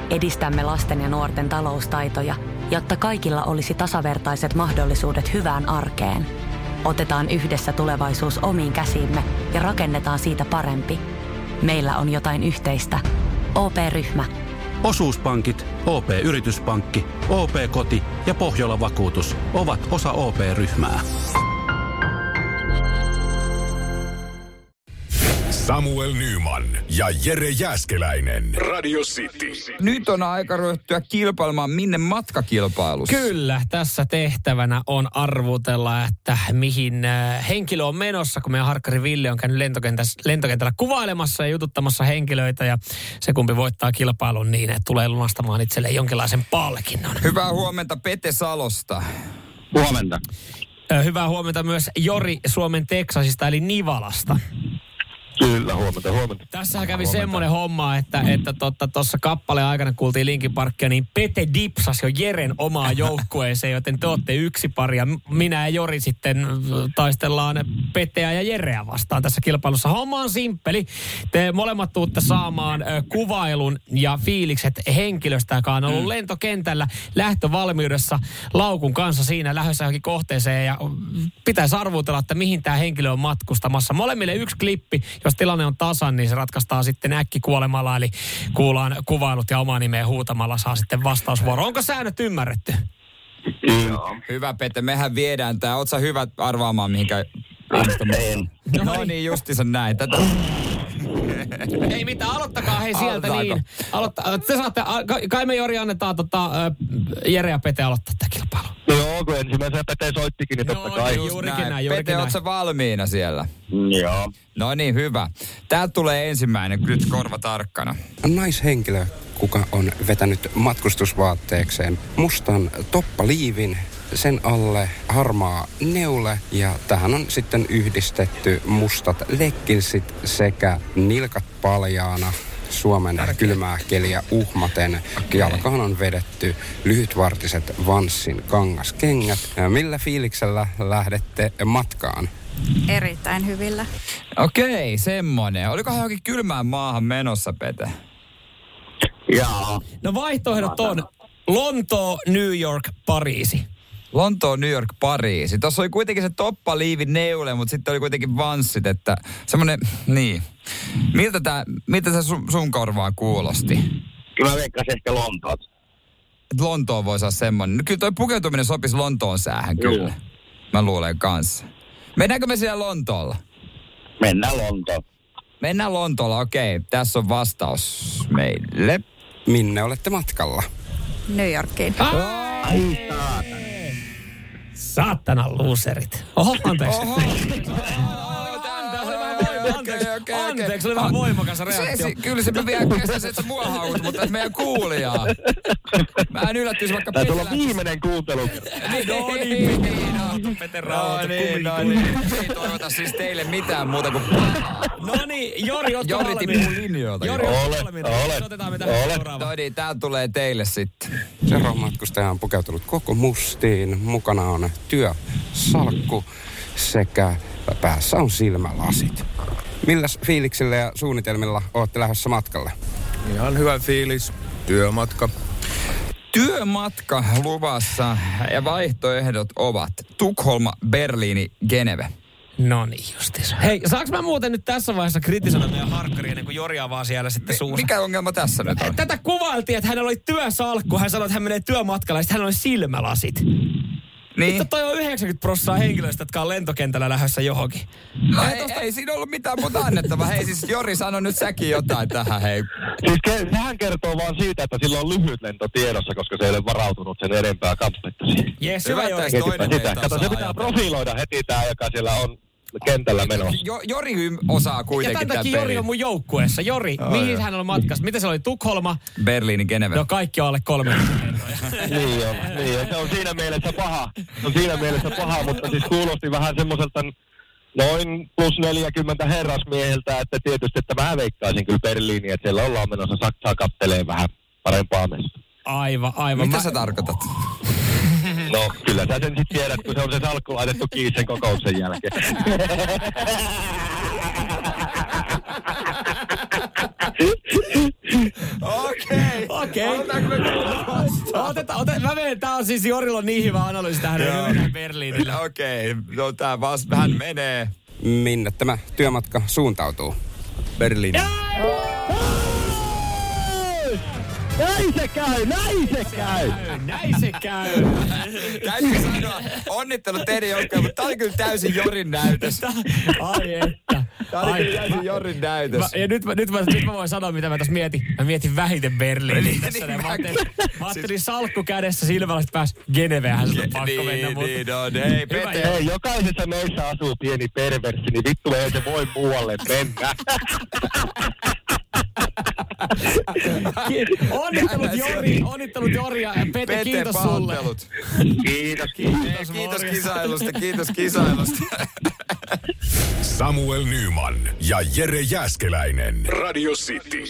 edistämme lasten ja nuorten taloustaitoja, jotta kaikilla olisi tasavertaiset mahdollisuudet hyvään arkeen. Otetaan yhdessä tulevaisuus omiin käsiimme ja rakennetaan siitä parempi. Meillä on jotain yhteistä. OP-ryhmä. Osuuspankit, OP-yrityspankki, OP-koti ja Pohjola-vakuutus ovat osa OP-ryhmää. Samuel Nyman ja Jere Jääskeläinen. Radio City. Nyt on aika ryhtyä kilpailemaan Minne matkakilpailussa. Kyllä, tässä tehtävänä on arvutella, että mihin henkilö on menossa, kun meidän harkkari Ville on käynyt lentokentällä kuvailemassa ja jututtamassa henkilöitä. Ja se kumpi voittaa kilpailun niin, että tulee lunastamaan itselleen jonkinlaisen palkinnon. Hyvää huomenta Pete Salosta. Huomenta. Hyvää huomenta myös Jori Suomen Teksasista eli Nivalasta. Kyllä, huomenta. Tässähän kävi semmoinen homma, että tuossa kappaleen aikana kuultiin Linkin Parkia, niin Pete dipsasi jo Jeren omaa joukkueeseen, joten te olette yksi pari ja minä ja Jori sitten taistellaan Peteä ja Jereä vastaan tässä kilpailussa. Homma on simppeli. Te molemmat tuutte saamaan kuvailun ja fiilikset henkilöstä, joka on ollut lentokentällä lähtövalmiudessa laukun kanssa siinä lähdössä johonkin kohteeseen ja pitäisi arvutella, että mihin tämä henkilö on matkustamassa. Molemmille yksi klippi. Jos tilanne on tasan, niin se ratkaistaan sitten äkkikuolemalla, eli kuullaan kuvailut ja omaa nimeä huutamalla saa sitten vastausvuoro. Onko säännöt ymmärretty? Joo. Hyvä Pete, mehän viedään tää. Oot sä hyvä arvaamaan mihinkä? No niin, justiinsa näin. Ei mitään, aloittakaa hei sieltä niin. Te saatte, kai me Jori annetaan Jere ja Pete aloittaa tätä kilpailua. No joo, kun ensimmäisenä Pete soittikin, niin totta kai. Juurikin näin. Pete, oot sä valmiina siellä? Joo. No niin, hyvä. Täältä tulee ensimmäinen, nyt korva tarkkana. Naishenkilö, kuka on vetänyt matkustusvaatteekseen mustan toppaliivin, sen alle harmaa neule ja tähän on sitten yhdistetty mustat leggingsit sekä nilkat paljaana Suomen kylmää keliä uhmaten. Jalkaan on vedetty lyhytvartiset Vanssin kangaskengät. Millä fiiliksellä lähdette matkaan? Erittäin hyvillä. Okei, semmonen. Olikohan johonkin kylmään maahan menossa, Pete? Joo. No vaihtoehdot on Lontoo, New York, Pariisi. Lontoo, New York, Pariisi. Tuossa oli kuitenkin se toppaliivi neule, mutta sitten oli kuitenkin vanssit, että semmoinen, niin. Miltä se sun korvaan kuulosti? Kyllä mä veikkasin ehkä Lontoot. Lontoon voisi olla semmoinen. No, kyllä toi pukeutuminen sopisi Lontoon säähän kyllä. Mä luulen kanssa. Mennäänkö me siellä Lontoolla? Mennään Lontoolla, okei. Tässä on vastaus meille. Minne olette matkalla? New Yorkiin. Saatana luuserit. Oho, anteeksi. Anteeksi, oli vähän voimakas reaktio. Kyllä se vielä kestäisi, että mua haut, mutta et meidän kuulijaa. Mä en yllättyisi vaikka Tää tulla viimeinen kuuntelu. No niin, Pete rauhoitu. Ei toivota siis teille mitään muuta kuin... No niin, Jori, ootko Jori valmiina? tippuu linjoilta. Jori, ootko valmiina? Otetaan me tähän seuraavaan. No niin, tää tulee teille sitten. Seuraava matkustaja on pukeutunut koko mustiin. Mukana on työsalkku sekä päässä on silmälasit. Milläs fiiliksillä ja suunnitelmilla olette lähdössä matkalle? Ihan hyvä fiilis. Työmatka. Työmatka luvassa ja vaihtoehdot ovat Tukholma, Berliini, Geneve. No niin justiinsa. Hei, saanko mä muuten nyt tässä vaiheessa kritisoida meidän harkkaria, ennen kuin Jori avaa siellä sitten suunsa? Mikä ongelma tässä nyt on? Tätä kuvailtiin, että hänellä oli työsalkku. Hän sanoi, että hän menee työmatkalle ja sitten hänellä oli silmälasit. Niin. Mutta toi on 90% henkilöistä, jotka on lentokentällä lähdössä johonkin. No ei siinä ollut mitään muuta annettavaa. Hei siis Jori, sano nyt säkin jotain tähän, hei. Siis sehän kertoo vaan siitä, että sillä on lyhyt lento tiedossa, koska se ei ole varautunut sen enempää kappetta siihen. Jes, hyvä Jori. Kato, se pitää profiloida heti tää, joka siellä on kentällä menossa. Jori osaa kuitenkin tämän tämän takia pelin. Jori on mun joukkueessa. Jori, mihin hän on matkassa? Mitä se oli? Tukholma? Berliini, Geneve. No kaikki on alle 3 Niin on. Se on siinä mielessä paha. Mutta siis kuulosti vähän semmoiselta noin plus 40 herrasmieheltä, että tietysti, että mä veikkaisin kyllä Berliiniin, että siellä ollaan menossa Saksaa kattelee vähän parempaa mesta. Aivan. Mitä sä tarkoitat? No, kyllä sä sen sit tiedät, kun se on se salkku laitettu kiinni sen kokouksen jälkeen. Okei. Okei. Mä menen, tää on siis Jorilla on niin hyvä analyysi tähän, että mennään Berliinille. Okei, no tää vähän menee. Minne tämä työmatka suuntautuu? Berliini. Näin se käy! Täytyy sanoa, onnittelut teidän joukkoja, mutta tää oli kyllä täysin Jorin näytös. Ai että. Tää oli kyllä täysin Jorin näytös. Ja nyt mä voin sanoa, mitä mä tässä mietin. Mä mietin vähiten Berliiniin tässä. Mä ajattelin salkku kädessä silmällä, että pääs Genevehän sitä pakko mennä. Hei, Pete. Hei, jokaisessa meissä asuu pieni perverssi, niin vittu ei se voi muualle mennä. Onnittelut Jori ja Pete, kiitos sulle. Kiitos kisailusta. Samuel Nyman ja Jere Jääskeläinen. Radio City.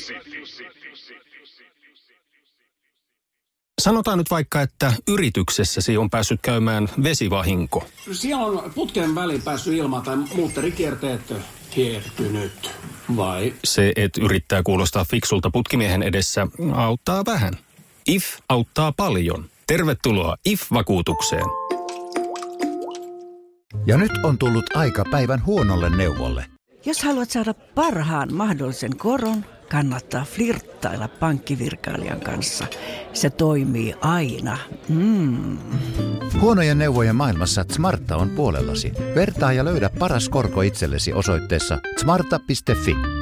Sanotaan nyt vaikka, että yrityksessäsi on päässyt käymään vesivahinko. Siellä on putken väliin päässyt ilmaan tai muutterikierteet hiertynyt, vai? Se, että yrittää kuulostaa fiksulta putkimiehen edessä, auttaa vähän. IF auttaa paljon. Tervetuloa IF-vakuutukseen. Ja nyt on tullut aika päivän huonolle neuvolle. Jos haluat saada parhaan mahdollisen koron, kannattaa flirttailla pankkivirkailijan kanssa. Se toimii aina. Huonojen neuvojen maailmassa Smarta on puolellasi. Vertaa ja löydä paras korko itsellesi osoitteessa smarta.fi.